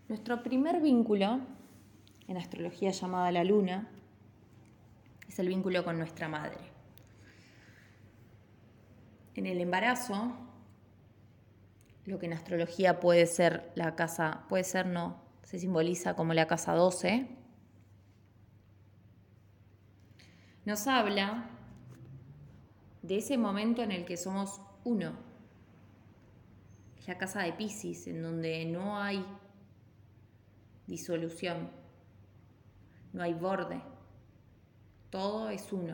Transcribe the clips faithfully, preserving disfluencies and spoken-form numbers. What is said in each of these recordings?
Nuestro primer vínculo, en astrología llamada la luna, es el vínculo con nuestra madre. En el embarazo, lo que en astrología puede ser la casa, puede ser no, se simboliza como la casa doce, nos habla de ese momento en el que somos uno. Es la casa de Piscis, en donde no hay disolución, no hay borde, todo es uno.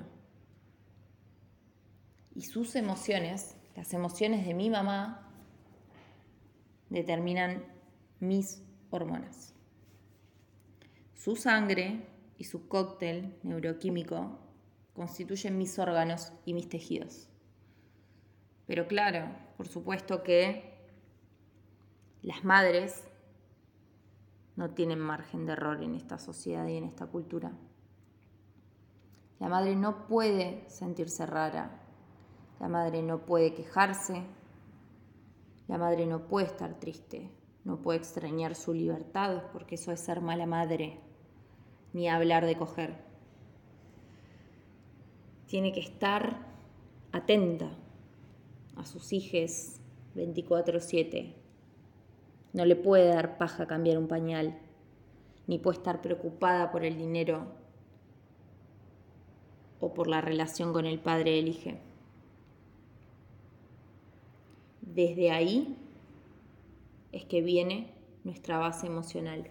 Y sus emociones, las emociones de mi mamá, determinan mis hormonas. Su sangre y su cóctel neuroquímico constituyen mis órganos y mis tejidos. Pero claro, por supuesto que las madres no tienen margen de error en esta sociedad y en esta cultura. La madre no puede sentirse rara, la madre no puede quejarse, la madre no puede estar triste, no puede extrañar su libertad, porque eso es ser mala madre, ni hablar de coger. Tiene que estar atenta a sus hijos veinticuatro siete. No le puede dar paja cambiar un pañal, ni puede estar preocupada por el dinero o por la relación con el padre del hijo. Desde ahí es que viene nuestra base emocional.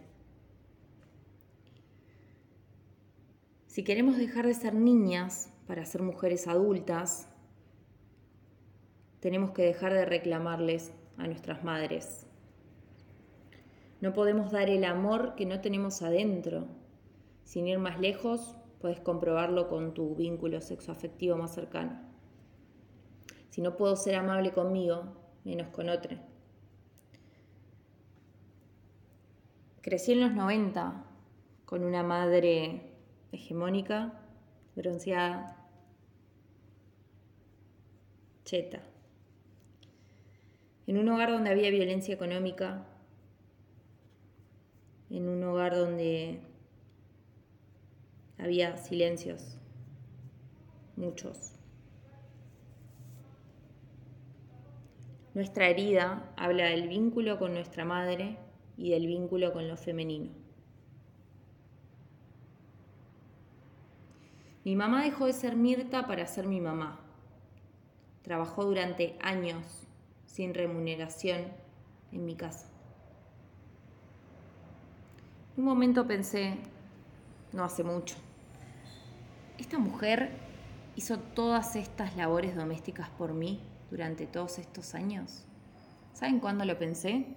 Si queremos dejar de ser niñas para ser mujeres adultas, tenemos que dejar de reclamarles a nuestras madres. No podemos dar el amor que no tenemos adentro. Sin ir más lejos, puedes comprobarlo con tu vínculo sexoafectivo más cercano. Si no puedo ser amable conmigo, menos con otra. Crecí en los noventa con una madre hegemónica, bronceada, cheta. En un hogar donde había violencia económica, en un hogar donde había silencios, muchos. Nuestra herida habla del vínculo con nuestra madre y del vínculo con lo femenino. Mi mamá dejó de ser Mirta para ser mi mamá. Trabajó durante años sin remuneración en mi casa. En un momento pensé, no hace mucho, esta mujer hizo todas estas labores domésticas por mí durante todos estos años. ¿Saben cuándo lo pensé?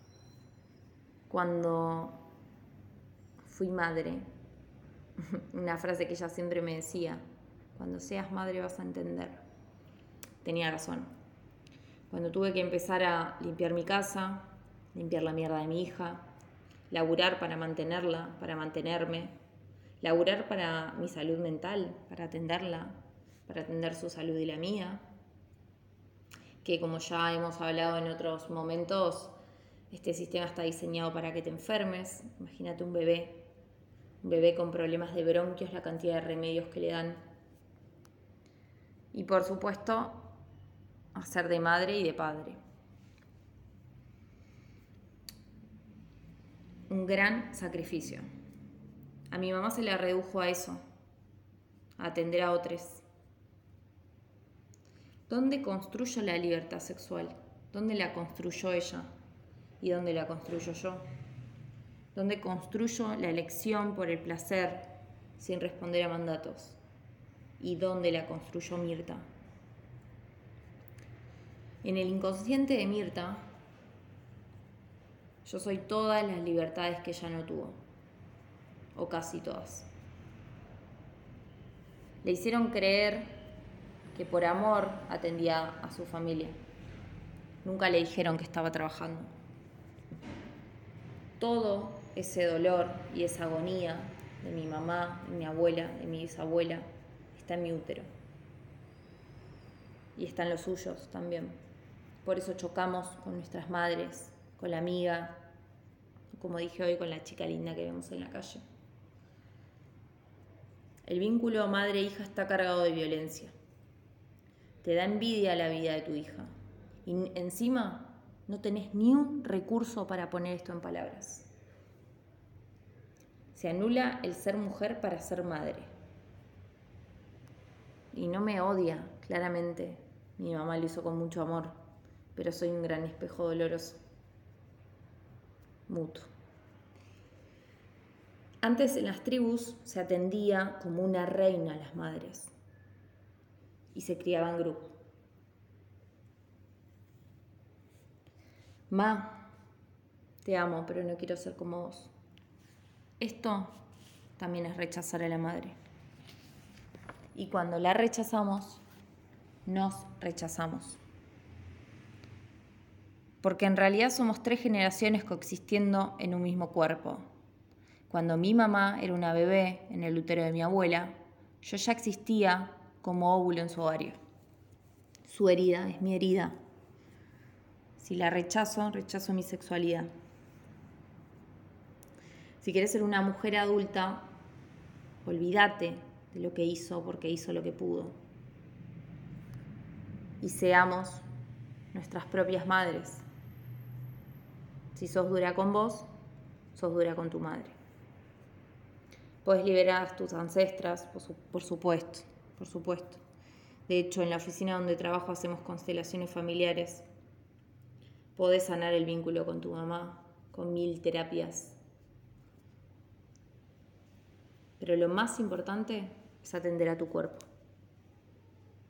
Cuando fui madre. Una frase que ella siempre me decía, cuando seas madre vas a entender. Tenía razón. Cuando tuve que empezar a limpiar mi casa, limpiar la mierda de mi hija, laburar para mantenerla, para mantenerme, laburar para mi salud mental, para atenderla, para atender su salud y la mía, que como ya hemos hablado en otros momentos, este sistema está diseñado para que te enfermes. Imagínate un bebé, un bebé con problemas de bronquios, la cantidad de remedios que le dan. Y por supuesto, hacer de madre y de padre. Un gran sacrificio. A mi mamá se le redujo a eso, a atender a otros. ¿Dónde construyo la libertad sexual? ¿Dónde la construyó ella? ¿Y dónde la construyo yo? ¿Dónde construyo la elección por el placer sin responder a mandatos? ¿Y dónde la construyó Mirta? En el inconsciente de Mirta, yo soy todas las libertades que ella no tuvo, o casi todas. Le hicieron creer que por amor atendía a su familia. Nunca le dijeron que estaba trabajando. Todo ese dolor y esa agonía de mi mamá, de mi abuela, de mi bisabuela, está en mi útero. Y están los suyos también. Por eso chocamos con nuestras madres, con la amiga, como dije hoy con la chica linda que vemos en la calle. El vínculo madre-hija está cargado de violencia. Te da envidia la vida de tu hija. Y encima no tenés ni un recurso para poner esto en palabras. Se anula el ser mujer para ser madre. Y no me odia, claramente. Mi mamá lo hizo con mucho amor, pero soy un gran espejo doloroso. Mutuo. Antes en las tribus se atendía como una reina a las madres y se criaba en grupo. Ma, te amo, pero no quiero ser como vos. Esto también es rechazar a la madre. Y cuando la rechazamos, nos rechazamos. Porque en realidad somos tres generaciones coexistiendo en un mismo cuerpo. Cuando mi mamá era una bebé en el útero de mi abuela, yo ya existía como óvulo en su ovario. Su herida es mi herida. Si la rechazo, rechazo mi sexualidad. Si quieres ser una mujer adulta, olvídate de lo que hizo porque hizo lo que pudo. Y seamos nuestras propias madres. Si sos dura con vos, sos dura con tu madre. Podés liberar a tus ancestras, por, su, por supuesto, por supuesto. De hecho, en la oficina donde trabajo hacemos constelaciones familiares. Podés sanar el vínculo con tu mamá, con mil terapias. Pero lo más importante es atender a tu cuerpo.